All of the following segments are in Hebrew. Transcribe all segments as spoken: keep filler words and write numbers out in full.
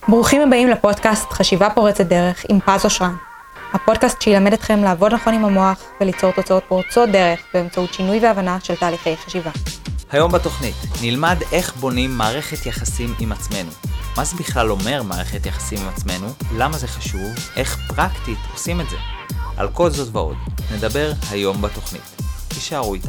ברוכים הבאים לפודקאסט חשיבה פורצת דרך עם פז אושרן. הפודקאסט שילמד אתכם לעבוד נכון עם המוח וליצור תוצאות פורצות דרך באמצעות שינוי והבנה של תהליכי חשיבה. היום בתוכנית נלמד איך בונים מערכת יחסים עם עצמנו. מה זה בכלל אומר מערכת יחסים עם עצמנו? למה זה חשוב? איך פרקטית עושים את זה? על כל זאת ועוד נדבר היום בתוכנית. תישארו איתנו.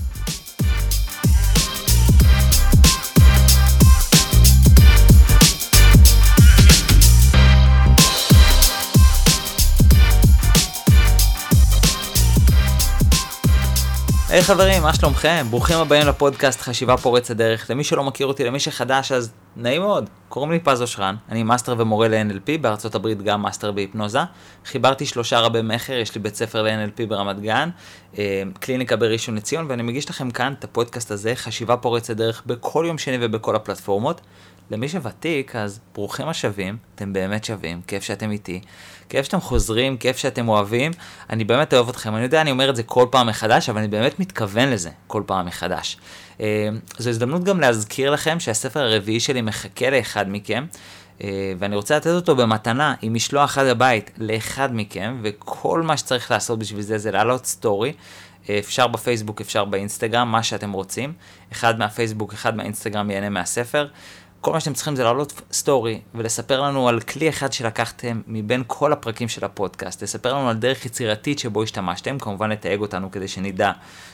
היי hey, חברים, מה שלומכם? ברוכים הבאים לפודקאסט חשיבה פורצת דרך. למי שלא מכיר אותי, למי שחדש, אז נעים מאוד. קוראים לי פז אושרן, אני מאסטר ומורה ל-אן אל פי, בארצות הברית גם מאסטר בהיפנוזה. חיברתי שלושה רבי מחר, יש לי בית ספר ל-אן אל פי ברמת גן, קליניקה בראשון לציון, ואני מגיש לכם כאן את הפודקאסט הזה, חשיבה פורצת דרך, בכל יום שני ובכל הפלטפורמות. למי שוותיק, אז ברוכים השווים, אתם באמת שווים, כיף שאתם איתי, כיף שאתם חוזרים, כיף שאתם אוהבים, אני באמת אוהב אתכם, אני יודע, אני אומר את זה כל פעם מחדש, אבל אני באמת מתכוון לזה כל פעם מחדש. זו הזדמנות גם להזכיר לכם שהספר הרביעי שלי מחכה לאחד מכם, ואני רוצה לתת אותו במתנה עם משלוח עד הבית לאחד מכם, וכל מה שצריך לעשות בשביל זה זה לעלות סטורי, אפשר בפייסבוק, אפשר באינסטגרם, מה שאתם רוצים, אחד מהפייסבוק, אחד מהאינסטגרם ייהנה מהספר, כל מה שאתם צריכים זה לעלות סטורי ולספר לנו על כלי אחד שלקחתם מבין כל הפרקים של הפודקאסט, לספר לנו על דרך יצירתית שבו השתמשתם, כמובן לתייג אותנו כדי שנדע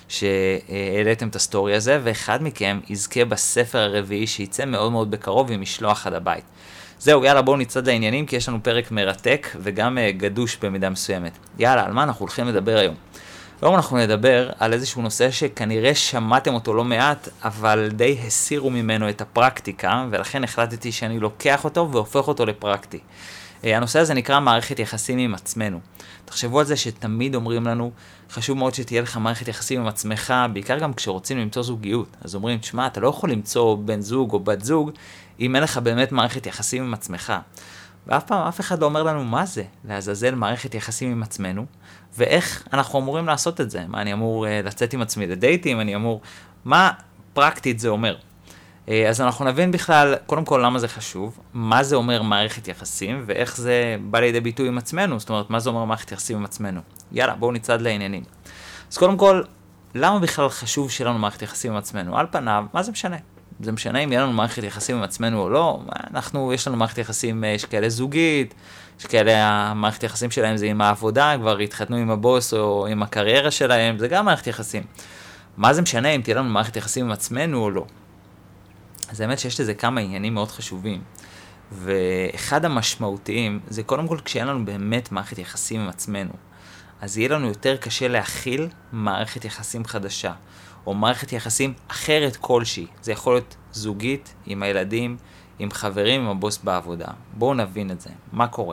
שהעליתם את הסטורי הזה, ואחד מכם יזכה בספר הרביעי שיצא מאוד מאוד בקרוב עם משלוח עד הבית. זהו, יאללה, בואו נצעד לעניינים כי יש לנו פרק מרתק וגם גדוש במידה מסוימת. יאללה, על מה אנחנו הולכים לדבר היום? היום אנחנו נדבר על איזשהו נושא שכנראה שמעתם אותו לא מעט, אבל די הסירו ממנו את הפרקטיקה, ולכן החלטתי שאני לוקח אותו והופך אותו לפרקטי. הנושא הזה נקרא מערכת יחסים עם עצמנו. תחשבו על זה שתמיד אומרים לנו, חשוב מאוד שתהיה לך מערכת יחסים עם עצמך, בעיקר גם כשרוצים למצוא זוגיות. אז אומרים, תשמע, אתה לא יכול למצוא בן זוג או בת זוג, אם אין לך באמת מערכת יחסים עם עצמך. ואף פעם אף אחד לא אומר לנו מה זה, לעזאזל מערכת יחסים עם עצמנו, ואיך אנחנו אמורים לעשות את זה. מה, אני אמור uh, לצאת עם עצמי לדייטים, אני אמור, מה פרקטית זה אומר? Uh, אז אנחנו נבין בכלל, קודם כל, למה זה חשוב, מה זה אומר מערכת יחסים, ואיך זה בא לידי ביטוי עם עצמנו, זאת אומרת, מה זה אומר מערכת יחסים עם עצמנו. יאללה, בואו נצעד לעניינים. אז קודם כל, למה בכלל חשוב שיהיה לנו מערכת יחסים עם עצמנו? על פניו, מה זה משנה? זה משנה אם יהיה לנו מערכת יחסים עם עצמנו או לא. אנחנו, יש לנו מערכת יחסים, יש כאלה זוגית, יש כאלה, המערכת יחסים שלהם זה עם העבודה, כבר התחתנו עם הבוס או עם הקריירה שלהם, זה גם מערכת יחסים. מה זה משנה אם תהיה לנו מערכת יחסים עם עצמנו או לא? אז האמת שיש לזה כמה עניינים מאוד חשובים, ואחד המשמעותיים זה קודם כל כשאין לנו באמת מערכת יחסים עם עצמנו, אז יהיה לנו יותר קשה להכיל מערכת יחסים חדשה, או מערכת יחסים אחרת כלשהי. זה יכול להיות זוגית, עם הילדים, עם חברים, עם הבוס בעבודה. בואו נבין את זה. מה קורה?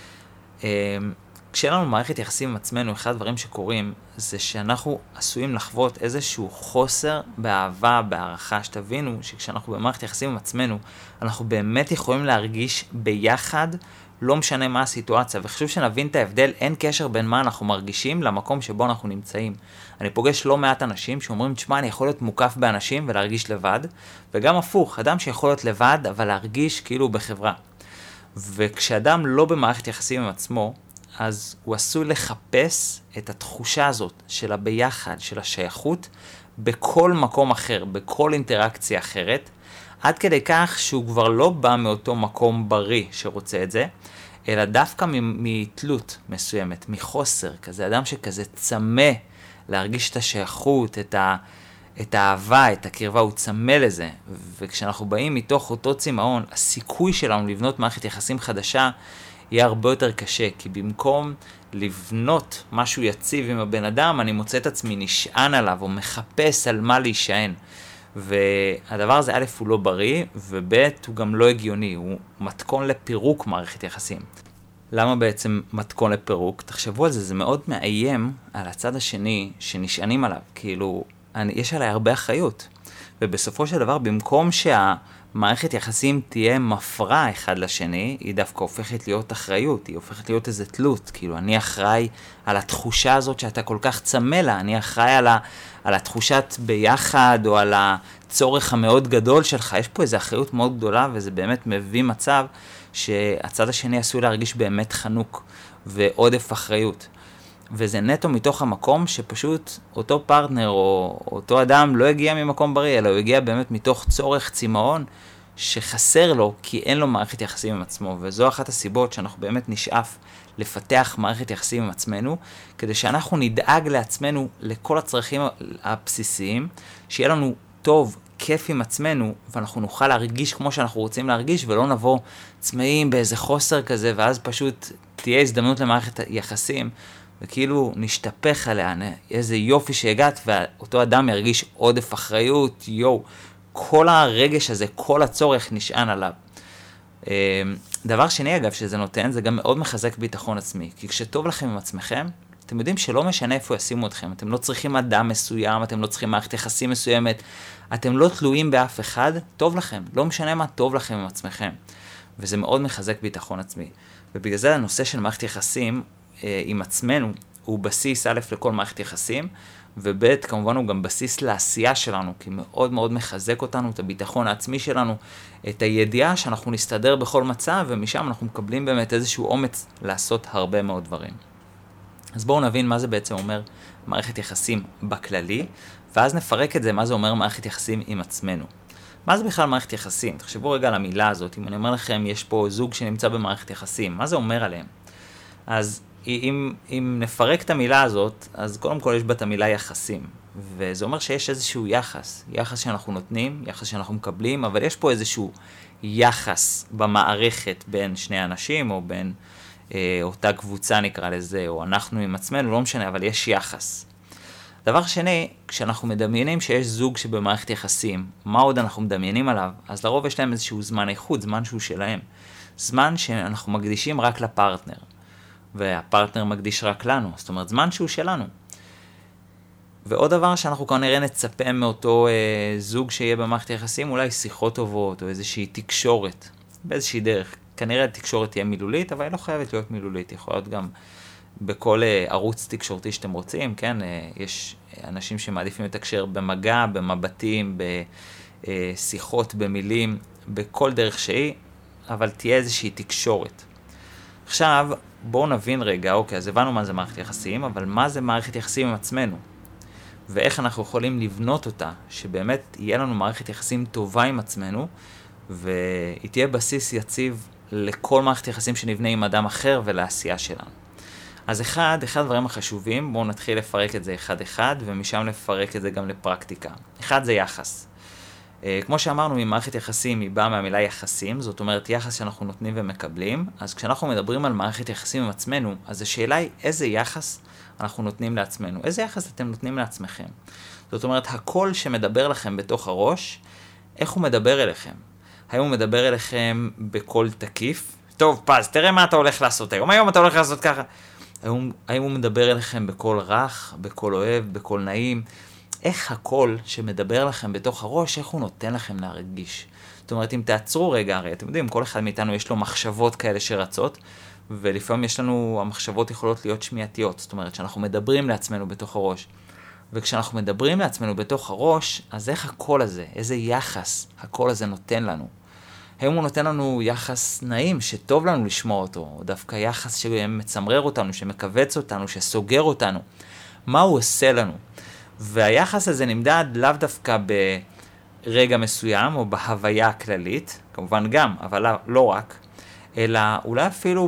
כשאין לנו מערכת יחסים עם עצמנו, אחד הדברים שקורים, זה שאנחנו עשויים לחוות איזשהו חוסר באהבה, בהערכה. שתבינו שכשאנחנו במערכת יחסים עם עצמנו, אנחנו באמת יכולים להרגיש ביחד, לא משנה מה הסיטואציה, וחשוב שנבין את ההבדל, אין קשר בין מה אנחנו מרגישים למקום שבו אנחנו נמצאים. אני פוגש לא מעט אנשים שאומרים, תשמע, אני יכול להיות מוקף באנשים ולהרגיש לבד, וגם הפוך, אדם שיכול להיות לבד, אבל להרגיש כאילו בחברה. וכשאדם לא במערכת יחסים עם עצמו, אז הוא עשוי לחפש את התחושה הזאת של הביחד, של השייכות, בכל מקום אחר, בכל אינטראקציה אחרת, עד כדי כך שהוא כבר לא בא מאותו מקום בריא שרוצה את זה, אלא דווקא מתלות מסוימת, מחוסר, כזה אדם שכזה צמא להרגיש את השייכות, את, ה, את האהבה, את הקרבה, הוא צמא לזה. וכשאנחנו באים מתוך אותו צמאון, הסיכוי שלנו לבנות מערכת יחסים חדשה יהיה הרבה יותר קשה, כי במקום לבנות משהו יציב עם הבן אדם, אני מוצא את עצמי נשען עליו, או מחפש על מה להישען. והדבר הזה א' הוא לא בריא, וב' הוא גם לא הגיוני, הוא מתכון לפירוק מערכת יחסים. למה בעצם מתכון לפירוק? תחשבו על זה, זה מאוד מאיים על הצד השני שנשענים עליו, כאילו אני, יש עליי הרבה אחריות, ובסופו של דבר במקום שהמערכת יחסים תהיה מפרה אחד לשני, היא דווקא הופכת להיות אחריות, היא הופכת להיות איזו תלות, כאילו אני אחראי על התחושה הזאת שאתה כל כך צמא לה, אני אחראי על, ה, על התחושת ביחד או על הצורך המאוד גדול שלך, יש פה איזו אחריות מאוד גדולה וזה באמת מביא מצב שהצד השני עשוי להרגיש באמת חנוק ועודף אחריות. וזה נטו מתוך המקום שפשוט אותו פרטנר או אותו אדם לא הגיע ממקום בריא, אלא הוא הגיע באמת מתוך צורך צמאון שחסר לו, כי אין לו מערכת יחסים עם עצמו. וזו אחת הסיבות שאנחנו באמת נשאף לפתח מערכת יחסים עם עצמנו, כדי שאנחנו נדאג לעצמנו לכל הצרכים הבסיסיים, שיהיה לנו טוב, כיף עם עצמנו, ואנחנו נוכל להרגיש כמו שאנחנו רוצים להרגיש, ולא נבוא צמאים באיזה חוסר כזה, ואז פשוט תהיה הזדמנות למערכת יחסים, וכאילו נשתפך עליה, איזה יופי שהגעת, ואותו אדם ירגיש עודף אחריות, יו, כל הרגש הזה, כל הצורך נשען עליו. דבר שני אגב שזה נותן, זה גם מאוד מחזק ביטחון עצמי, כי כשטוב לכם עם עצמכם, אתם יודעים שלא משנה איפה ישימו אתכם, אתם לא צריכים אדם מסוים, אתם לא צריכים מערכת יחסים מסוימת, אתם לא תלויים באף אחד, טוב לכם, לא משנה מה טוב לכם עם עצמכם, וזה מאוד מחזק ביטחון עצמי. ובגלל זה הנושא של מערכת יחסים אה, עם עצמנו, הוא בסיס א' לכל מערכת יחסים, וב' כמובן הוא גם בסיס לעשייה שלנו, כי מאוד מאוד מחזק אותנו, את הביטחון העצמי שלנו, את הידיעה שאנחנו נסתדר בכל מצב, ומשם אנחנו מקבלים באמת איזשהו אומץ לעשות הרבה מאוד דברים. אז בואו נבין מה זה בעצם אומר מערכת יחסים בכללי, ואז נפרק את זה, מה זה אומר מערכת יחסים עם עצמנו. מה זה בכלל מערכת יחסים? תחשבו רגע על המילה הזאת, אם אני אומר לכם, יש פה זוג שנמצא במערכת יחסים, מה זה אומר עליהם? אז אם, אם נפרק את המילה הזאת, אז קודם כל יש בה את המילה יחסים, וזה אומר שיש איזשהו יחס, יחס שאנחנו נותנים, יחס שאנחנו מקבלים, אבל יש פה איזשהו יחס במערכת בין שני אנשים, או בין אה, אותה קבוצה נקרא לזה, או אנחנו עם עצמנו, לא משנה, אבל יש יחס. דבר שני, כשאנחנו מדמיינים שיש זוג שבמערכת יחסים, מה עוד אנחנו מדמיינים עליו? אז לרוב יש להם איזשהו זמן איכות, זמן שהוא שלהם. זמן שאנחנו מקדישים רק לפרטנר, והפרטנר מקדיש רק לנו, זאת אומרת, זמן שהוא שלנו. ועוד דבר שאנחנו כנראה נצפה מאותו אה, זוג שיהיה במערכת יחסים, אולי שיחות טובות, או איזושהי תקשורת, באיזושהי דרך. כנראה התקשורת תהיה מילולית, אבל היא לא חייבת להיות מילולית, היא יכולה להיות גם בכל uh, ערוץ תקשורתי שאתם רוצים, כן? Uh, יש אנשים שמעדיפים לתקשר במגע, במבטים, בשיחות, במילים, בכל דרך שהיא, אבל תהיה איזושהי תקשורת. עכשיו, בואו נבין רגע, אוקיי, אז הבנו מה זה מערכת יחסים, אבל מה זה מערכת יחסים עם עצמנו? ואיך אנחנו יכולים לבנות אותה, שבאמת יהיה לנו מערכת יחסים טובה עם עצמנו, והיא תהיה בסיס יציב לכל מערכת יחסים שנבנה עם אדם אחר ולעשייה שלנו. אז אחד, אחד הדברים החשובים, בואו נתחיל לפרק את זה אחד אחד, ומשם לפרק את זה גם לפרקטיקה. אחד זה יחס. כמו שאמרנו, ממערכת יחסים היא באה מהמילה יחסים, זאת אומרת יחס שאנחנו נותנים ומקבלים, אז כשאנחנו מדברים על מערכת יחסים עם עצמנו, אז השאלה היא איזה יחס אנחנו נותנים לעצמנו, איזה יחס אתם נותנים לעצמכם. זאת אומרת, הקול שמדבר לכם בתוך הראש, איך הוא מדבר אליכם? האם הוא מדבר אליכם בקול תקיף? טוב, פז, תראה מה אתה הולך לעשות היום, היום אתה הולך לעשות ככה. האם, האם הוא מדבר אליכם בקול רך, בקול אוהב, בקול נעים? איך הקול שמדבר לכם בתוך הראש, איך הוא נותן לכם להרגיש? זאת אומרת, אם תעצרו רגע, הרי אתם יודעים, כל אחד מאיתנו יש לו מחשבות כאלה שרצות, ולפעמים יש לנו, המחשבות יכולות להיות שמיעתיות, זאת אומרת, שאנחנו מדברים לעצמנו בתוך הראש. וכשאנחנו מדברים לעצמנו בתוך הראש, אז איך הקול הזה, איזה יחס הקול הזה נותן לנו? האם הוא נותן לנו יחס נעים, שטוב לנו לשמוע אותו, או דווקא יחס שמצמרר אותנו, שמקבץ אותנו, שסוגר אותנו? מה הוא עושה לנו? והיחס הזה נמדד לאו דווקא ברגע מסוים, או בהוויה הכללית, כמובן גם, אבל לא רק, אלא אולי אפילו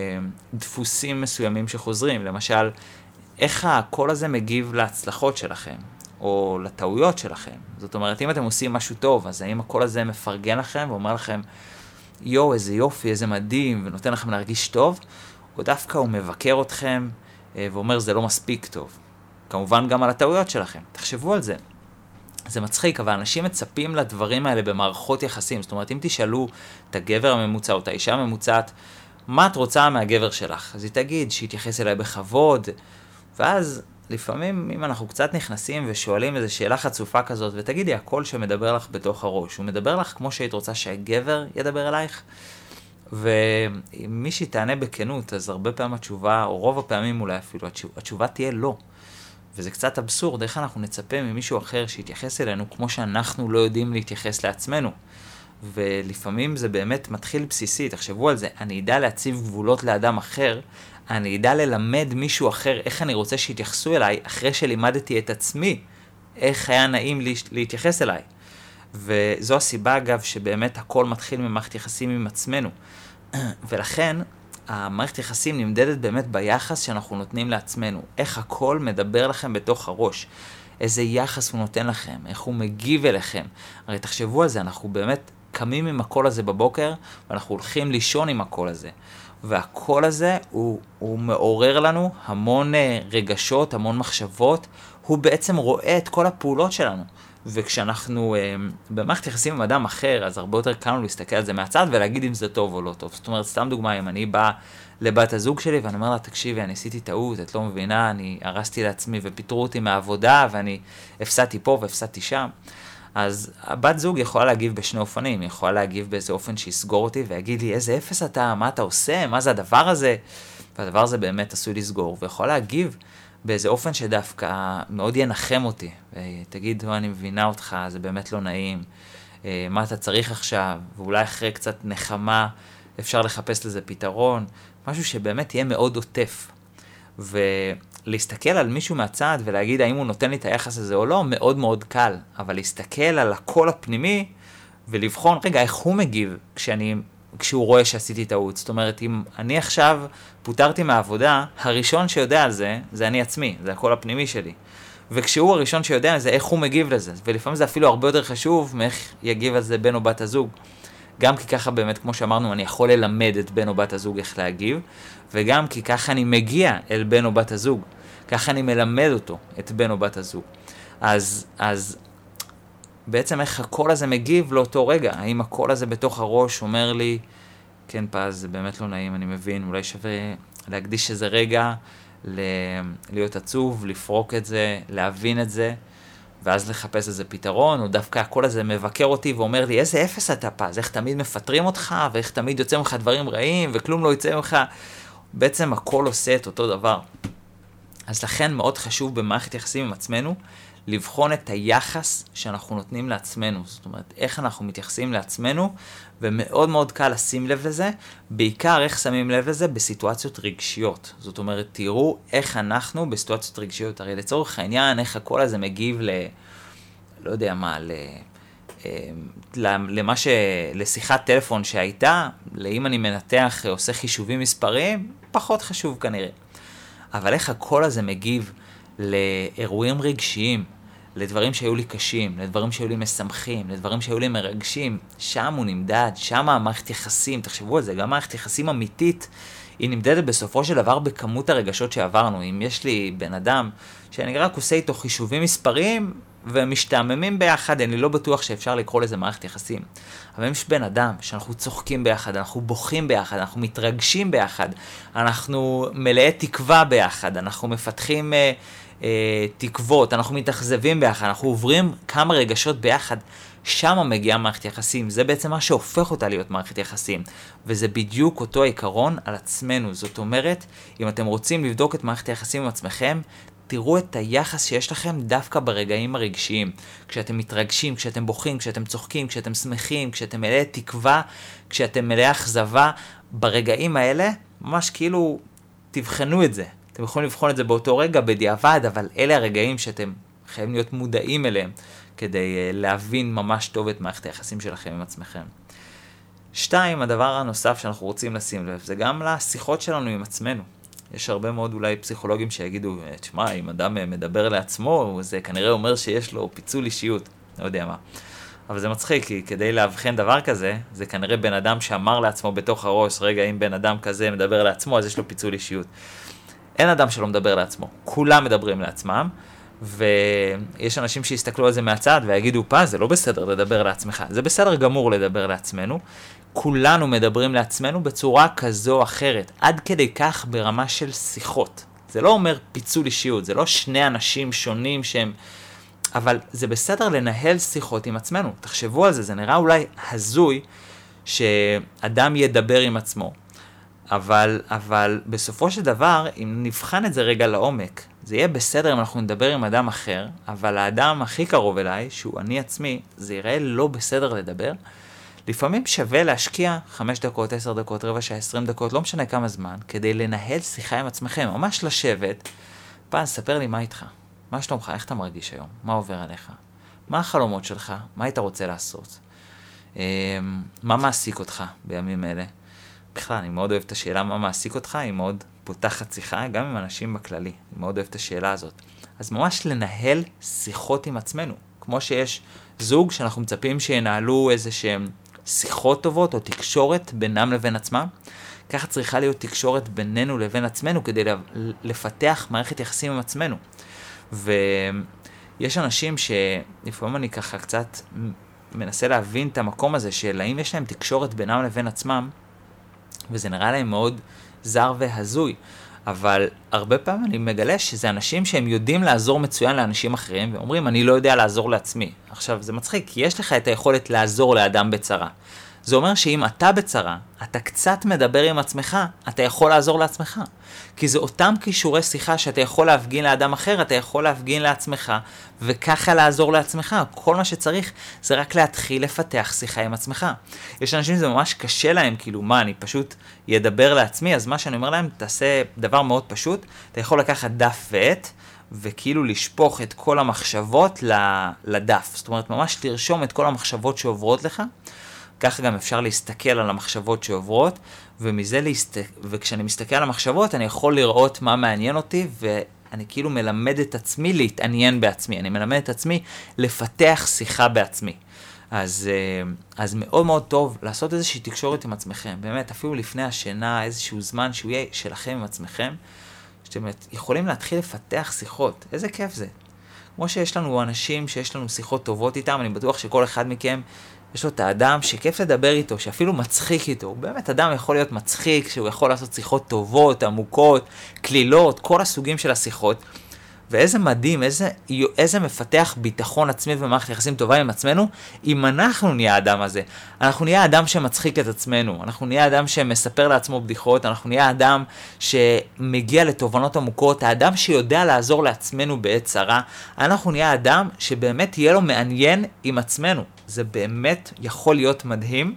בדפוסים מסוימים שחוזרים, למשל, איך הקול הזה מגיב להצלחות שלכם, או לטעויות שלכם. זאת אומרת, אם אתם עושים משהו טוב, אז האם הקול הזה מפרגן לכם ואומר לכם, יו, איזה יופי, איזה מדהים, ונותן לכם להרגיש טוב, או דווקא הוא מבקר אתכם ואומר, זה לא מספיק טוב. כמובן גם על הטעויות שלכם. תחשבו על זה. זה מצחיק, אבל אנשים מצפים לדברים האלה במערכות יחסים. זאת אומרת, אם תשאלו את הגבר הממוצע או את האישה הממוצעת, מה את רוצה מהגבר שלך? אז היא תגיד שיתייחס אליי בכבוד, ואז לפעמים אם אנחנו קצת נכנסים ושואלים איזו שאלה חצופה כזאת, ותגידי, הקול שמדבר לך בתוך הראש, הוא מדבר לך כמו שהיית רוצה שהגבר ידבר אלייך? ואם מישהי תענה בכנות, אז הרבה פעמים התשובה, או רוב הפעמים אולי אפילו, התשובה תהיה לא. וזה קצת אבסורד, איך אנחנו נצפה ממישהו אחר שיתייחס אלינו כמו שאנחנו לא יודעים להתייחס לעצמנו. ולפעמים זה באמת מתחיל בסיסי, תחשבו על זה, אני אדע להציב גבולות לאדם אחר, אני אדע ללמד מישהו אחר איך אני רוצה שיתייחסו אליי, אחרי שלימדתי את עצמי, איך היה נעים לי, להתייחס אליי. וזו הסיבה אגב שבאמת הכל מתחיל ממערכת יחסים עם עצמנו. ולכן המערכת יחסים נמדדת באמת ביחס שאנחנו נותנים לעצמנו. איך הכל מדבר לכם בתוך הראש. איזה יחס הוא נותן לכם, איך הוא מגיב אליכם. הרי תחשבו על זה, אנחנו באמת קמים עם הקול הזה בבוקר, ואנחנו הולכים לישון עם הקול הזה. והקול הזה הוא, הוא מעורר לנו המון רגשות, המון מחשבות. הוא בעצם רואה את כל הפעולות שלנו. וכשאנחנו אה, במערכת יחסים עם אדם אחר, אז הרבה יותר קל לנו להסתכל על זה מהצד ולהגיד אם זה טוב או לא טוב. זאת אומרת, סתם דוגמה, אם אני בא לבת הזוג שלי ואני אומר לה, תקשיבי, אני עשיתי טעות, את לא מבינה, אני הרסתי לעצמי ופיטרו אותי מהעבודה ואני הפסדתי פה והפסדתי שם. אז הבת זוג יכולה להגיב בשני אופנים, היא יכולה להגיב באיזה אופן שיסגור אותי ויגיד לי, איזה אפס אתה, מה אתה עושה, מה זה הדבר הזה? והדבר הזה באמת עשוי לסגור, ויכולה להגיב באיזה אופן שדווקא מאוד ינחם אותי, ותגיד, אני מבינה אותך, זה באמת לא נעים, מה אתה צריך עכשיו, ואולי אחרי קצת נחמה אפשר לחפש לזה פתרון, משהו שבאמת יהיה מאוד עוטף. ולהסתכל על מישהו מהצד ולהגיד האם הוא נותן לי את היחס הזה או לא, מאוד מאוד קל, אבל להסתכל על הקול הפנימי ולבחון, רגע, איך הוא מגיב כשאני... כשהוא רואה שעשיתי טעות. זאת אומרת, אם אני עכשיו פוטרתי מהעבודה, הראשון שיודע על זה, זה אני עצמי, זה הקול הפנימי שלי. וכשהוא הראשון שיודע על זה, איך הוא מגיב לזה. ולפעמים זה אפילו הרבה יותר חשוב מאיך יגיב על זה בן או בת הזוג. גם כי ככה באמת, כמו שאמרנו, אני יכול ללמד את בן או בת הזוג איך להגיב, וגם כי ככה אני מגיע אל בן או בת הזוג. ככה אני מלמד אותו, את בן או בת הזוג. אז, אז בעצם איך הקול הזה מגיב לאותו רגע? האם הקול הזה בתוך הראש אומר לי, כן פז, זה באמת לא נעים, אני מבין, אולי שווה להקדיש איזה רגע, ל... להיות עצוב, לפרוק את זה, להבין את זה, ואז לחפש איזה פתרון, או דווקא הקול הזה מבקר אותי ואומר לי, איזה אפס אתה פז, איך תמיד מפטרים אותך, ואיך תמיד יוצא ממך דברים רעים, וכלום לא יוצא ממך. בעצם הקול עושה את אותו דבר. אז לכן מאוד חשוב במערכת יחסים עם עצמנו, לבחון את היחס שאנחנו נותנים לעצמנו. זאת אומרת, איך אנחנו מתייחסים לעצמנו, ומאוד מאוד קל לשים לב לזה, בעיקר איך שמים לב לזה בסיטואציות רגשיות. זאת אומרת, תראו איך אנחנו בסיטואציות רגשיות. הרי לצורך העניין, איך הקול הזה מגיב ל... לא יודע מה, ל... למה ש... לשיחת טלפון שהייתה, לאם אני מנתח, עושה חישובים מספריים, פחות חשוב כנראה. אבל איך הקול הזה מגיב לאירועים רגשיים, לדברים שהיו לי קשים, לדברים שהיו לי משמחים, לדברים שהיו לי מרגשים, שם הוא נמדד, שם המערכת יחסים, תחשבו על זה, גם מערכת יחסים אמיתית, היא נמדדת בסופו של דבר בכמות הרגשות שעברנו. אם יש לי בן אדם שאני רק עושה איתו חישובים מספריים ומשתעממים ביחד, אני לא בטוח שאפשר לקרוא לזה מערכת יחסים. אבל אם יש בן אדם שאנחנו צוחקים ביחד, אנחנו בוכים ביחד, אנחנו מתרגשים ביחד, אנחנו מלאי תקווה ביחד, אנחנו מפתחים אה, אה, תקוות, אנחנו מתאכזבים ביחד, אנחנו עוברים כמה רגשות ביחד, שם מגיעה מערכת יחסים. זה בעצם מה שהופך אותה להיות מערכת יחסים. וזה בדיוק אותו עיקרון על עצמנו. זאת אומרת, אם אתם רוצים לבדוק את מערכת היחסים עם עצמכם, תראו את היחס שיש לכם דווקא ברגעים הרגשיים. כשאתם מתרגשים, כשאתם בוכים, כשאתם צוחקים, כשאתם שמחים, כשאתם מלאי תקווה, כשאתם מלאי אכזבה, ברגעים האלה, ממש כאילו תבחנו את זה. אתם יכולים לבחון את זה באותו רגע בדיעבד, אבל אלה הרגעים שאתם חייבים להיות מודעים אליהם, כדי להבין ממש טוב את מערכת היחסים שלכם עם עצמכם. שתיים, הדבר הנוסף שאנחנו רוצים לשים לב, זה גם לשיחות שלנו עם עצמנו. יש הרבה מאוד אולי פסיכולוגים שיגידו, תשמע, אם אדם מדבר לעצמו, זה כנראה אומר שיש לו פיצול אישיות, לא יודע מה. אבל זה מצחיק, כי כדי להבחן דבר כזה, זה כנראה בן אדם שאמר לעצמו בתוך הראש, רגע, אם בן אדם כזה מדבר לעצמו, אז יש לו פיצול אישיות. אין אדם שלא מדבר לעצמו, כולם מדברים לעצמם, ויש אנשים שיסתכלו על זה מהצד ויגידו, פז, זה לא בסדר לדבר לעצמך, זה בסדר גמור לדבר לעצמנו, כולנו מדברים לעצמנו בצורה כזו או אחרת, עד כדי כך ברמה של שיחות. זה לא אומר פיצול אישיות, זה לא שני אנשים שונים שהם, אבל זה בסדר לנהל שיחות עם עצמנו. תחשבו על זה, זה נראה אולי הזוי שאדם ידבר עם עצמו, אבל, אבל בסופו של דבר, אם נבחן את זה רגע לעומק, זה יהיה בסדר אם אנחנו נדבר עם אדם אחר, אבל האדם הכי קרוב אליי, שהוא אני עצמי, זה יראה לא בסדר לדבר. לפעמים שווה להשקיע חמש דקות, עשר דקות, רבע שעה, עשרים דקות, לא משנה כמה זמן, כדי לנהל שיחה עם עצמכם, ממש לשבת. פעם, ספר לי מה איתך, מה שלומך, איך אתה מרגיש היום, מה עובר עליך, מה החלומות שלך, מה היית רוצה לעשות, מה מעסיק אותך בימים אלה. בכלל, אני מאוד אוהב את השאלה מה מעסיק אותך, היא מאוד פותחת שיחה, גם עם אנשים בכללי, אני מאוד אוהב את השאלה הזאת. אז ממש לנהל שיחות עם עצמנו, כמו שיש זוג שאנחנו מצפים שינהלו איזה שהם שיחות טובות או תקשורת בינם לבין עצמם, ככה צריכה להיות תקשורת בינינו לבין עצמנו כדי לפתח מערכת יחסים עם עצמנו. ויש אנשים שלפעמים אני ככה קצת מנסה להבין את המקום הזה של האם יש להם תקשורת בינם לבין עצמם, וזה נראה להם מאוד זר והזוי. אבל הרבה פעמים אני מגלה שזה אנשים שהם יודעים לעזור מצוין לאנשים אחרים, ואומרים, אני לא יודע לעזור לעצמי. עכשיו, זה מצחיק, כי יש לך את היכולת לעזור לאדם בצרה. זה אומר שאם אתה בצרה, אתה קצת מדבר עם עצמך, אתה יכול לעזור לעצמך. כי זה אותם כישורי שיחה שאתה יכול להפגין לאדם אחר, אתה יכול להפגין לעצמך, וככה לעזור לעצמך. כל מה שצריך זה רק להתחיל לפתח שיחה עם עצמך. יש אנשים שזה ממש קשה להם, כאילו מה, אני פשוט ידבר לעצמי, אז מה שאני אומר להם, תעשה דבר מאוד פשוט, אתה יכול לקחת דף ועט, וכאילו לשפוך את כל המחשבות לדף. זאת אומרת, ממש תרשום את כל המחשבות שעוברות לך, ככה גם אפשר להסתכל על המחשבות שעוברות, ומזה להסת... וכשאני מסתכל על המחשבות, אני יכול לראות מה מעניין אותי, ואני כאילו מלמד את עצמי להתעניין בעצמי. אני מלמד את עצמי לפתח שיחה בעצמי. אז, אז מאוד מאוד טוב לעשות איזושהי תקשורת עם עצמכם. באמת, אפילו לפני השינה, איזשהו זמן שהוא יהיה שלכם עם עצמכם, שאתם יכולים להתחיל לפתח שיחות. איזה כיף זה. כמו שיש לנו אנשים שיש לנו שיחות טובות איתם, אני בטוח שכל אחד מכם יש לו את האדם שכיף לדבר איתו, שאפילו מצחיק איתו. הוא באמת אדם יכול להיות מצחיק, שהוא יכול לעשות שיחות טובות, עמוקות, כלילות, כל הסוגים של השיחות. ואיזה מדהים, איזה, איזה מפתח ביטחון עצמי ומערכת יחסים טובה עם עצמנו, אם אנחנו נהיה האדם הזה. אנחנו נהיה האדם שמצחיק את עצמנו, אנחנו נהיה האדם שמספר לעצמו בדיחות, אנחנו נהיה האדם שמגיע לתובנות עמוקות, האדם שיודע לעזור לעצמנו בעת צרה, אנחנו נהיה האדם שבאמת יהיה לו מעניין עם עצמנו. זה באמת יכול להיות מדהים,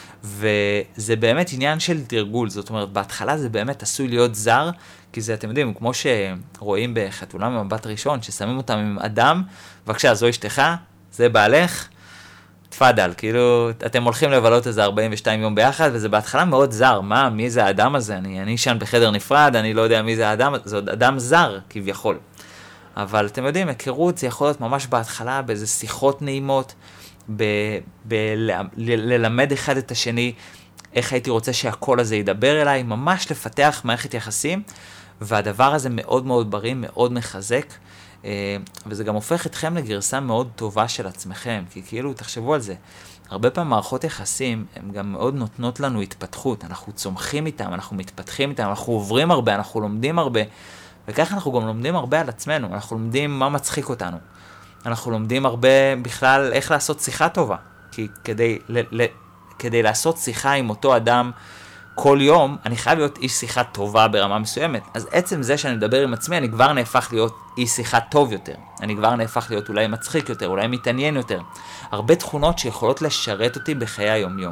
וזה באמת עניין של תרגול. זאת אומרת, בהתחלה זה באמת עשוי להיות זר, כי זה, אתם יודעים, כמו שרואים בחתונה ממבט ראשון, ששמים אותם עם אדם, בבקשה, זו אשתך, זה בעלך, תפדל, כאילו, אתם הולכים לבלות איזה ארבעים ושתיים יום ביחד, וזה בהתחלה מאוד זר. מה, מי זה האדם הזה? אני, אני שן בחדר נפרד, אני לא יודע מי זה האדם, זה עוד אדם זר, כביכול. אבל אתם יודעים, היכרות זה יכול להיות ממש בהתחלה, באיזה שיחות נעימות, ב- ב- ל- ללמד אחד את השני, איך הייתי רוצה שהקול הזה ידבר אליי, ממש לפתח מערכת יחסים, והדבר הזה מאוד מאוד בריא, מאוד מחזק, וזה גם הופך אתכם לגרסה מאוד טובה של עצמכם, כי כאילו, תחשבו על זה, הרבה פעמים מערכות יחסים, הן גם מאוד נותנות לנו התפתחות, אנחנו צומחים איתם, אנחנו מתפתחים איתם, אנחנו עוברים הרבה, אנחנו לומדים הרבה, וכך אנחנו גם לומדים הרבה על עצמנו, אנחנו לומדים מה מצחיק אותנו, אנחנו לומדים הרבה בכלל איך לעשות שיחה טובה, כי כדי, ל, ל, כדי לעשות שיחה עם אותו אדם כל יום, אני חייב להיות איש שיחה טובה ברמה מסוימת. אז עצם זה שאני מדבר עם עצמי, אני כבר נהפך להיות איש שיחה טוב יותר. אני כבר נהפך להיות אולי מצחיק יותר, אולי מתעניין יותר. הרבה תכונות שיכולות לשרת אותי בחיי היום-יום.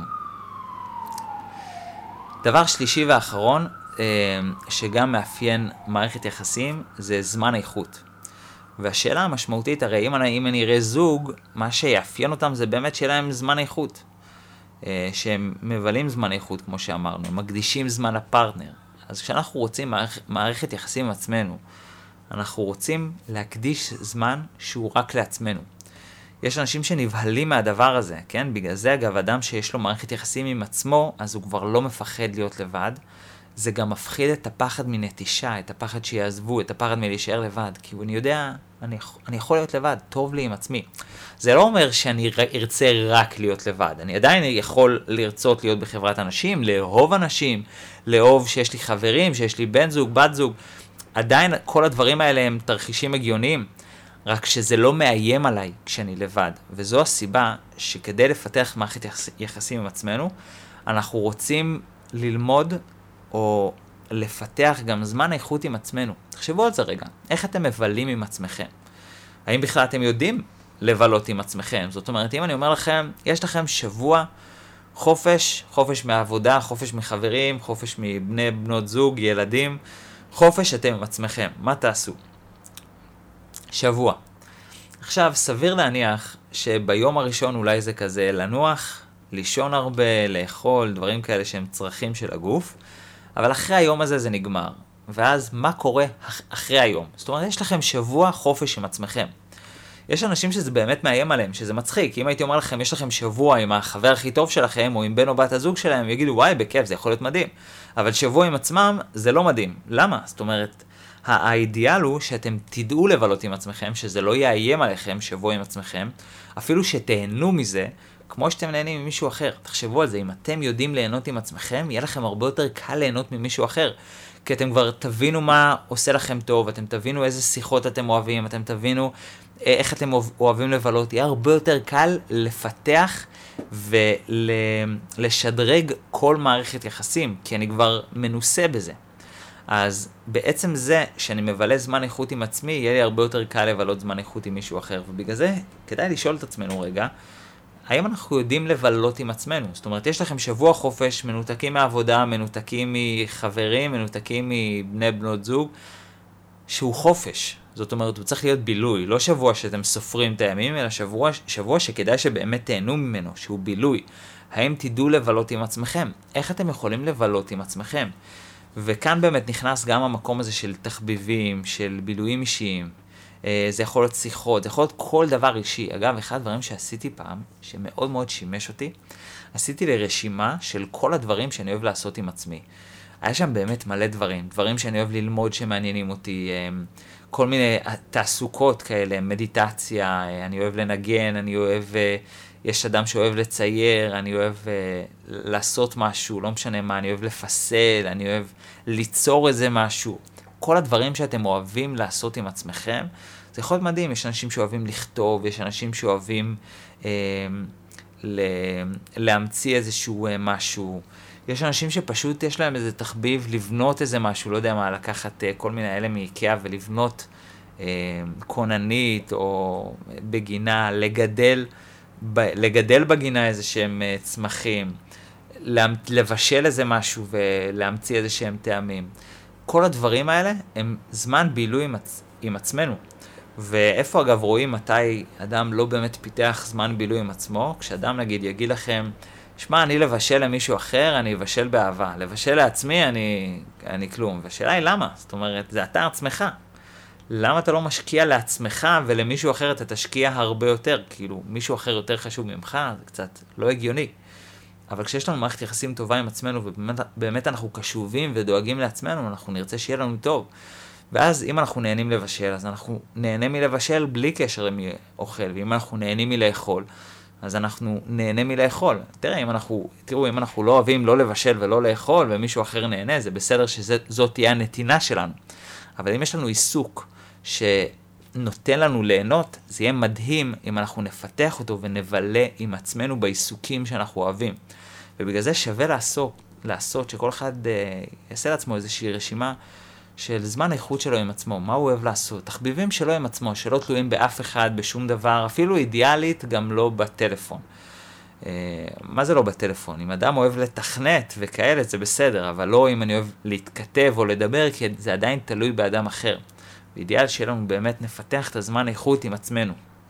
דבר שלישי ואחרון, שגם מאפיין מערכת יחסים, זה זמן איכות. והשאלה המשמעותית, הרי אם אני, אם אני אראה זוג, מה שיאפיין אותם זה באמת שאלה עם זמן איכות. שהם מבלים זמן איכות, כמו שאמרנו, הם מקדישים זמן לפרטנר. אז כשאנחנו רוצים מערכ, מערכת יחסים עם עצמנו, אנחנו רוצים להקדיש זמן שהוא רק לעצמנו. יש אנשים שנבהלים מהדבר הזה, כן? בגלל זה, אגב, אדם שיש לו מערכת יחסים עם עצמו, אז הוא כבר לא מפחד להיות לבד. זה גם מפחיד את הפחד מנטישה, את הפחד שיעזבו, את הפחד מלהישאר לבד. כי אני יודע, אני, אני יכול להיות לבד, טוב לי עם עצמי. זה לא אומר שאני ארצה רק להיות לבד. אני עדיין יכול לרצות להיות בחברת אנשים, לאהוב אנשים, לאהוב שיש לי חברים, שיש לי בן זוג, בת זוג. עדיין כל הדברים האלה הם תרחישים הגיוניים, רק שזה לא מאיים עליי כשאני לבד. וזו הסיבה שכדי לפתח מערכת יחסים עם עצמנו, אנחנו רוצים ללמוד או לפתח גם זמן איכות עם עצמנו. תחשבו על זה רגע, איך אתם מבלים עם עצמכם? האם בכלל אתם יודעים לבלות עם עצמכם? זאת אומרת, אם אני אומר לכם, יש לכם שבוע חופש, חופש מהעבודה, חופש מחברים, חופש מבני בנות זוג, ילדים, חופש אתם עם עצמכם. מה תעשו? שבוע. עכשיו, סביר להניח שביום הראשון אולי זה כזה לנוח, לישון הרבה, לאכול, דברים כאלה שהם צרכים של הגוף, אבל אחרי היום הזה זה נגמר. ואז מה קורה אחרי היום? זאת אומרת, יש לכם שבוע חופש עם עצמכם. יש אנשים שזה באמת מאיים עליהם, שזה מצחיק. אם הייתי אומר לכם, יש לכם שבוע עם החבר הכי טוב שלכם, או עם בן או בת הזוג שלהם, יגידו, וואי, בכיף, זה יכול להיות מדהים. אבל שבוע עם עצמם, זה לא מדהים. למה? זאת אומרת, האידיאל הוא שאתם תדעו לבלות עם עצמכם, שזה לא יאיים עליכם שבוע עם עצמכם, אפילו שתהנו מזה, כמו שאתם נהנים ממישהו אחר. תחשבו על זה, אם אתם יודעים ליהנות עם עצמכם, יהיה לכם הרבה יותר קל ליהנות ממישהו אחר. כי אתם כבר תבינו מה עושה לכם טוב, אתם תבינו איזה שיחות אתם אוהבים, אתם תבינו איך אתם אוהבים לבלות. יהיה הרבה יותר קל לפתח ולשדרג כל מערכת יחסים, כי אני כבר מנוסה בזה. אז בעצם זה שאני מבלה זמן איכות עם עצמי, יהיה לי הרבה יותר קל לבלות זמן איכות עם מישהו אחר. ובגלל זה כדאי לשאול את עצמנו רגע, האם אנחנו יודעים לבלות עם עצמנו? זאת אומרת, יש לכם שבוע חופש, מנותקים מהעבודה, מנותקים מחברים, מנותקים מבני בנות זוג, שהוא חופש. זאת אומרת, הוא צריך להיות בילוי, לא שבוע שאתם סופרים את הימים, אלא שבוע, שבוע שכדאי שבאמת תהנו ממנו, שהוא בילוי. האם תדעו לבלות עם עצמכם? איך אתם יכולים לבלות עם עצמכם? וכאן באמת נכנס גם המקום הזה של תחביבים, של בילויים אישיים. זה יכול להיות שיחות, זה יכול להיות כל דבר אישי. אגב, אחד הדברים שעשיתי פעם, שמאוד מאוד שימש אותי, עשיתי לרשימה של כל הדברים שאני אוהב לעשות עם עצמי. היה שם באמת מלא דברים, דברים שאני אוהב ללמוד שמעניינים אותי, כל מיני תעסוקות כאלה, מדיטציה, אני אוהב לנגן, אני אוהב, יש אדם שאוהב לצייר, אני אוהב לעשות משהו, לא משנה מה, אני אוהב לפסל, אני אוהב ליצור איזה משהו. כל הדברים שאתם אוהבים לעשות עם עצמכם, זה יכול להיות מדהים. יש אנשים שאוהבים לכתוב, יש אנשים שאוהבים אה, להמציא איזשהו אה, משהו. יש אנשים שפשוט יש להם איזה תחביב לבנות איזה משהו, לא יודע מה, לקחת אה, כל מיני אלה מאיקאה ולבנות אה, קוננית או בגינה, לגדל, ב, לגדל בגינה איזה שהם אה, צמחים, לבשל איזה משהו ולהמציא איזה שהם טעמים. כל הדברים האלה הם זמן בילוי עם, עצ... עם עצמנו. ואיפה אגב רואים מתי אדם לא באמת פיתח זמן בילוי עם עצמו? כשאדם נגיד יגיד לכם, שמע, אני לבשל למישהו אחר, אני אבשל באהבה. לבשל לעצמי, אני, אני כלום. והשאלה היא למה? זאת אומרת, זה אתה עצמך. למה אתה לא משקיע לעצמך ולמישהו אחר אתה תשקיע הרבה יותר? כאילו, מישהו אחר יותר חשוב ממך, זה קצת לא הגיוני. אבל כשיש לנו מערכת יחסים טובה עם עצמנו, ובאמת באמת אנחנו קשובים ודואגים לעצמנו, אנחנו נרצה שיהיה לנו טוב. ואז אם אנחנו נהנים לבשל, אז אנחנו נהנה מלבשל בלי קשר למי אוכל, ואם אנחנו נהנים מלאכול, אז אנחנו נהנה מלאכול. תראה, אם אנחנו, תראו, אם אנחנו לא אוהבים לא לבשל ולא לאכול, ומישהו אחר נהנה, זה בסדר שזאת תהיה הנתינה שלנו. אבל אם יש לנו עיסוק שנותן לנו ליהנות, זה יהיה מדהים אם אנחנו נפתח אותו ונבלה עם עצמנו בעיסוקים שאנחנו אוהבים. ובגלל זה שווה לעשות, לעשות שכל אחד uh, יעשה לעצמו איזושהי רשימה של זמן איכות שלו עם עצמו, מה הוא אוהב לעשות, תחביבים שלו עם עצמו, שלא תלויים באף אחד, בשום דבר, אפילו אידיאלית, גם לא בטלפון. Uh, מה זה לא בטלפון? אם אדם אוהב לתכנת וכאלה, זה בסדר, אבל לא אם אני אוהב להתכתב או לדבר, כי זה עדיין תלוי באדם אחר. ואידיאל שלנו באמת נפתח את הזמן איכות עם עצמנו.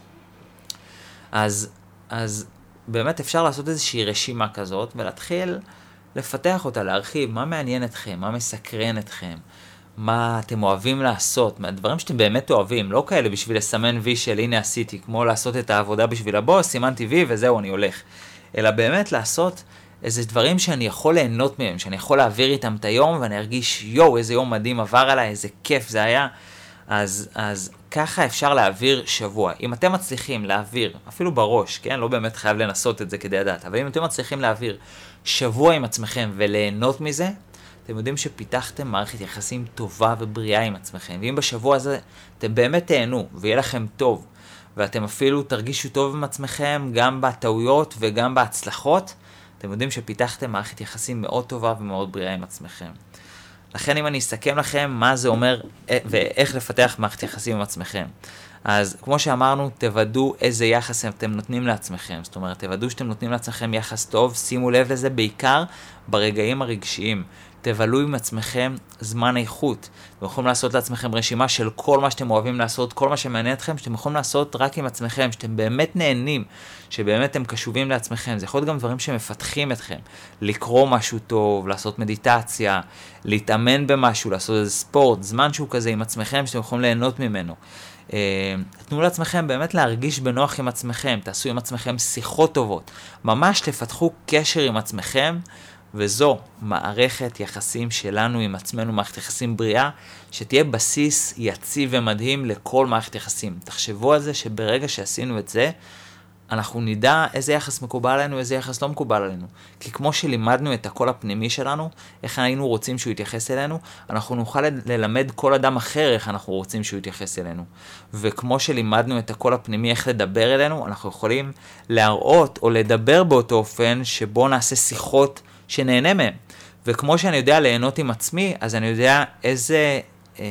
אז, אז באמת אפשר לעשות איזושהי רשימה כזאת, ולהתחיל לפתח אותה, להרחיב מה מעניין אתכם, מה מסקרן אתכם, מה אתם אוהבים לעשות, מהדברים שאתם באמת אוהבים, לא כאלה בשביל לסמן וי של הנה עשיתי, כמו לעשות את העבודה בשביל הבוס, סימנתי וי וזהו אני הולך. אלא באמת לעשות איזה דברים שאני יכול ליהנות מהם, שאני יכול להעביר איתם את היום, ואני ארגיש יו, איזה יום מדהים עבר עליי, איזה כיף זה היה. אז, אז ככה אפשר להעביר שבוע. אם אתם מצליחים להעביר, אפילו בראש, כן? לא באמת חייב לנסות את זה כדי לדעת, אבל אם אתם מצליחים להעביר שבוע עם עצמכם וליהנות מזה, אתם יודעים שפיתחתם מערכת יחסים טובה ובריאה עם עצמכם. ואם בשבוע הזה אתם באמת תהנו ויהיה לכם טוב, ואתם אפילו תרגישו טוב עם עצמכם, גם בטעויות וגם בהצלחות, אתם יודעים שפיתחתם מערכת יחסים מאוד טובה ומאוד בריאה עם עצמכם. לכן אם אני אסכם לכם מה זה אומר ואיך לפתח מערכת יחסים עם עצמכם. אז כמו שאמרנו, תוודאו איזה יחס אתם נותנים לעצמכם. זאת אומרת, תוודאו שאתם נותנים לעצמכם יחס טוב, שימו לב לזה בעיקר ברגעים הרגשיים. תבלו עם עצמכם זמן איכות. אתם יכולים לעשות לעצמכם רשימה של כל מה שאתם אוהבים לעשות, כל מה שמעניין אתכם, שאתם יכולים לעשות רק עם עצמכם, שאתם באמת נהנים, שבאמת אתם קשובים לעצמכם. זה יכול להיות גם דברים שמפתחים אתכם. לקרוא משהו טוב, לעשות מדיטציה, להתאמן במשהו, לעשות איזה ספורט, זמן שהוא כזה עם עצמכם, שאתם יכולים ליהנות ממנו. תנו לעצמכם באמת להרגיש בנוח עם עצמכם, תעשו עם עצמכם שיחות טובות, ממש תפתחו קשר עם עצמכם, וזו מערכת יחסים שלנו עם עצמנו, מערכת יחסים בריאה, שתהיה בסיס יציב ומדהים לכל מערכת יחסים. תחשבו על זה שברגע שעשינו את זה, אנחנו נדע איזה יחס מקובל עלינו, איזה יחס לא מקובל עלינו. כי כמו שלימדנו את הקול הפנימי שלנו, איך היינו רוצים שהוא יתייחס אלינו, אנחנו נוכל ללמד כל אדם אחר איך אנחנו רוצים שהוא יתייחס אלינו. וכמו שלימדנו את הקול הפנימי איך לדבר אלינו, אנחנו יכולים להראות או לדבר באותו אופן שבו נעשה שיחות שנהנה מהם. וכמו שאני יודע ליהנות עם עצמי, אז אני יודע איזה אה,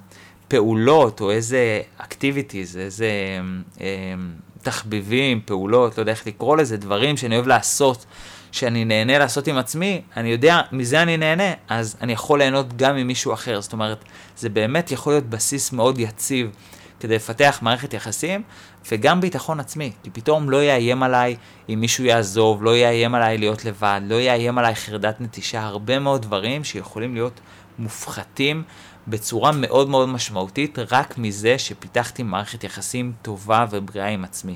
פעולות או איזה activities, איזה אה, תחביבים, פעולות, לא יודע איך לקרוא לזה, דברים שאני אוהב לעשות, שאני נהנה לעשות עם עצמי, אני יודע, מזה אני נהנה, אז אני יכול ליהנות גם עם מישהו אחר. זאת אומרת, זה באמת יכול להיות בסיס מאוד יציב כדי לפתח מערכת יחסים, וגם ביטחון עצמי, כי פתאום לא יאיים עליי אם מישהו יעזוב, לא יאיים עליי להיות לבד, לא יאיים עליי חרדת נטישה, הרבה מאוד דברים שיכולים להיות מופחתים בצורה מאוד מאוד משמעותית, רק מזה שפיתחתי מערכת יחסים טובה ובריאה עם עצמי.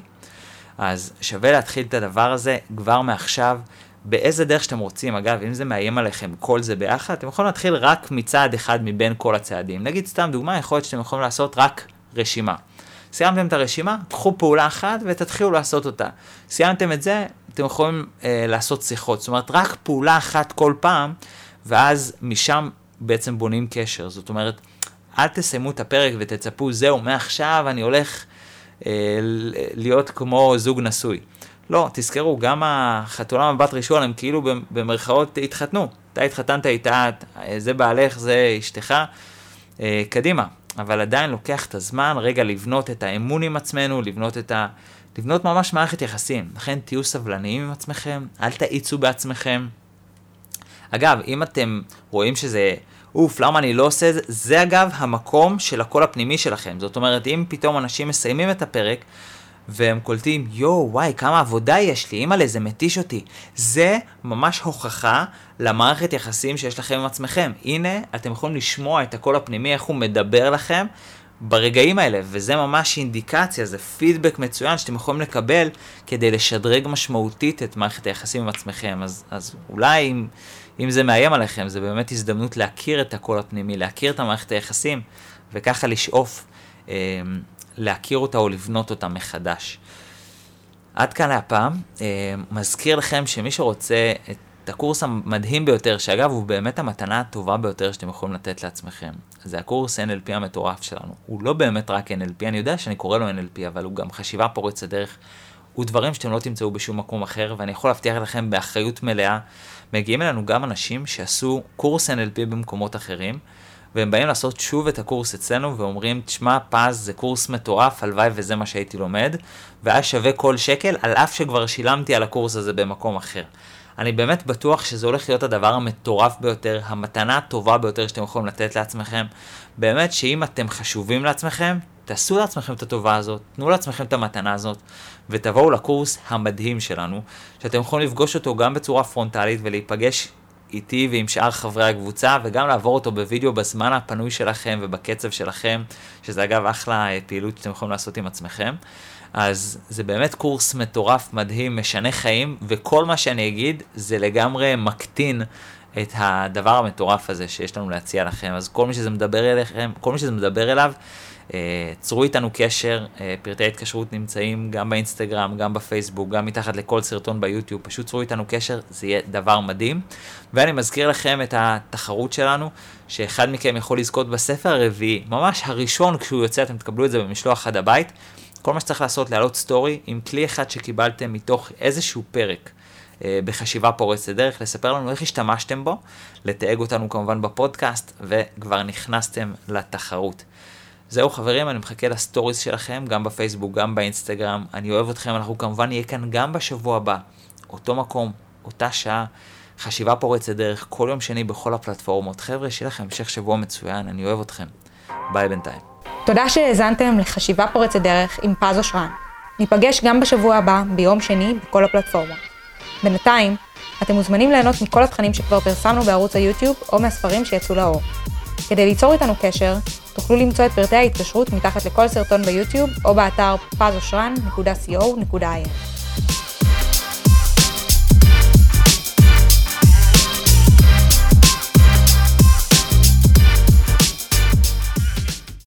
אז שווה להתחיל את הדבר הזה כבר מעכשיו, באיזה דרך שאתם רוצים. אגב, אם זה מאיים עליכם כל זה ביחד, אתם יכולים להתחיל רק מצעד אחד מבין כל הצעדים. נגיד סתם דוגמה, יכול להיות שאתם יכולים לעשות רק רשימה. סיימתם את הרשימה, קחו פעולה אחת ותתחילו לעשות אותה. סיימתם את זה, אתם יכולים אה, לעשות שיחות. זאת אומרת, רק פעולה אחת כל פעם, ואז משם בעצם בונים קשר. זאת אומרת, אל תסיימו את הפרק ותצפו, זהו, מעכשיו אני הולך אה, להיות כמו זוג נשוי. לא, תזכרו, גם החתולה מבט ראשון, הם כאילו במרכאות התחתנו. אתה התחתנת איתה, זה בעלך, זה אשתך, אה, קדימה. אבל עדיין לוקח את הזמן, רגע לבנות את האמון עם עצמנו, לבנות את ה... לבנות ממש מערכת יחסים. לכן תהיו סבלניים עם עצמכם, אל תאיצו בעצמכם. אגב, אם אתם רואים שזה, אוף, למה אני לא עושה את זה? זה אגב המקום של הקול הפנימי שלכם. זאת אומרת, אם פתאום אנשים מסיימים את הפרק, והם קולטים, יו, וואי, כמה עבודה יש לי, אימא'לה, זה מתיש אותי. זה ממש הוכחה למערכת יחסים שיש לכם עם עצמכם. הנה, אתם יכולים לשמוע את הקול הפנימי, איך הוא מדבר לכם ברגעים האלה, וזה ממש אינדיקציה, זה פידבק מצוין שאתם יכולים לקבל כדי לשדרג משמעותית את מערכת היחסים עם עצמכם. אז, אז אולי אם, אם זה מאיים עליכם, זה באמת הזדמנות להכיר את הקול הפנימי, להכיר את המערכת היחסים, וככה לשאוף אה, להכיר אותה או לבנות אותה מחדש. עד כאן להפעם, אה, מזכיר לכם שמי שרוצה את הקורס המדהים ביותר, שאגב הוא באמת המתנה הטובה ביותר שאתם יכולים לתת לעצמכם, זה הקורס אן אל פי המטורף שלנו. הוא לא באמת רק אן אל פי, אני יודע שאני קורא לו אן אל פי, אבל הוא גם חשיבה פורצת דרך, הוא דברים שאתם לא תמצאו בשום מקום אחר, ואני יכול להבטיח לכם באחריות מלאה, מגיעים אלינו גם אנשים שעשו קורס אן אל פי במקומות אחרים, והם באים לעשות שוב את הקורס אצלנו, ואומרים, תשמע, פז, זה קורס מטורף, הלוואי וזה מה שהייתי לומד, והיה שווה כל שקל, על אף שכבר שילמתי על הקורס הזה במקום אחר. אני באמת בטוח שזה הולך להיות הדבר המטורף ביותר, המתנה הטובה ביותר שאתם יכולים לתת לעצמכם. באמת שאם אתם חשובים לעצמכם, תעשו לעצמכם את הטובה הזאת, תנו לעצמכם את המתנה הזאת, ותבואו לקורס המדהים שלנו, שאתם יכולים לפגוש אותו גם בצורה פרונטלית, ולהיפגש איתי ועם שאר חברי הקבוצה, וגם לעבור אותו בווידאו בזמן הפנוי שלכם ובקצב שלכם, שזה אגב אחלה פעילות שאתם יכולים לעשות עם עצמכם. אז זה באמת קורס מטורף, מדהים, משנה חיים, וכל מה שאני אגיד זה לגמרי מקטין את הדבר המטורף הזה שיש לנו להציע לכם. אז כל מי שזה מדבר אליכם, כל מי שזה מדבר אליו, צרו איתנו קשר, פרטי התקשרות נמצאים גם באינסטגרם, גם בפייסבוק, גם מתחת לכל סרטון ביוטיוב, פשוט צרו איתנו קשר, זה יהיה דבר מדהים. ואני מזכיר לכם את התחרות שלנו, שאחד מכם יכול לזכות בספר הרביעי, ממש הראשון כשהוא יוצא, אתם תקבלו את זה במשלוח עד הבית. כל מה שצריך לעשות, להעלות סטורי עם כלי אחד שקיבלתם מתוך איזשהו פרק בחשיבה פורצת דרך, לספר לנו איך השתמשתם בו, לתייג אותנו כמובן בפודקאסט, וכבר נכנסתם לתחרות. זהו חברים, אני מחכה לסטוריס שלכם, גם בפייסבוק, גם באינסטגרם. אני אוהב אתכם, אנחנו כמובן נהיה כאן גם בשבוע הבא, אותו מקום, אותה שעה, חשיבה פורצת דרך, כל יום שני בכל הפלטפורמות. חבר'ה, שיהיה לכם המשך שבוע מצוין, אני אוהב אתכם. ביי בינתיים. תודה שהאזנתם לחשיבה פורצת דרך עם פז אושרן. ניפגש גם בשבוע הבא, ביום שני, בכל הפלטפורמות. בינתיים, אתם מוזמנים ליהנות מכל התכנים שכבר פרסמנו בערוץ היוטיוב או מהספרים שיצאו לאור. כדי ליצור איתנו קשר, תוכלו למצוא את פרטי ההתקשרות מתחת לכל סרטון ביוטיוב או באתר פז אושרן נקודה קו נקודה איי אן.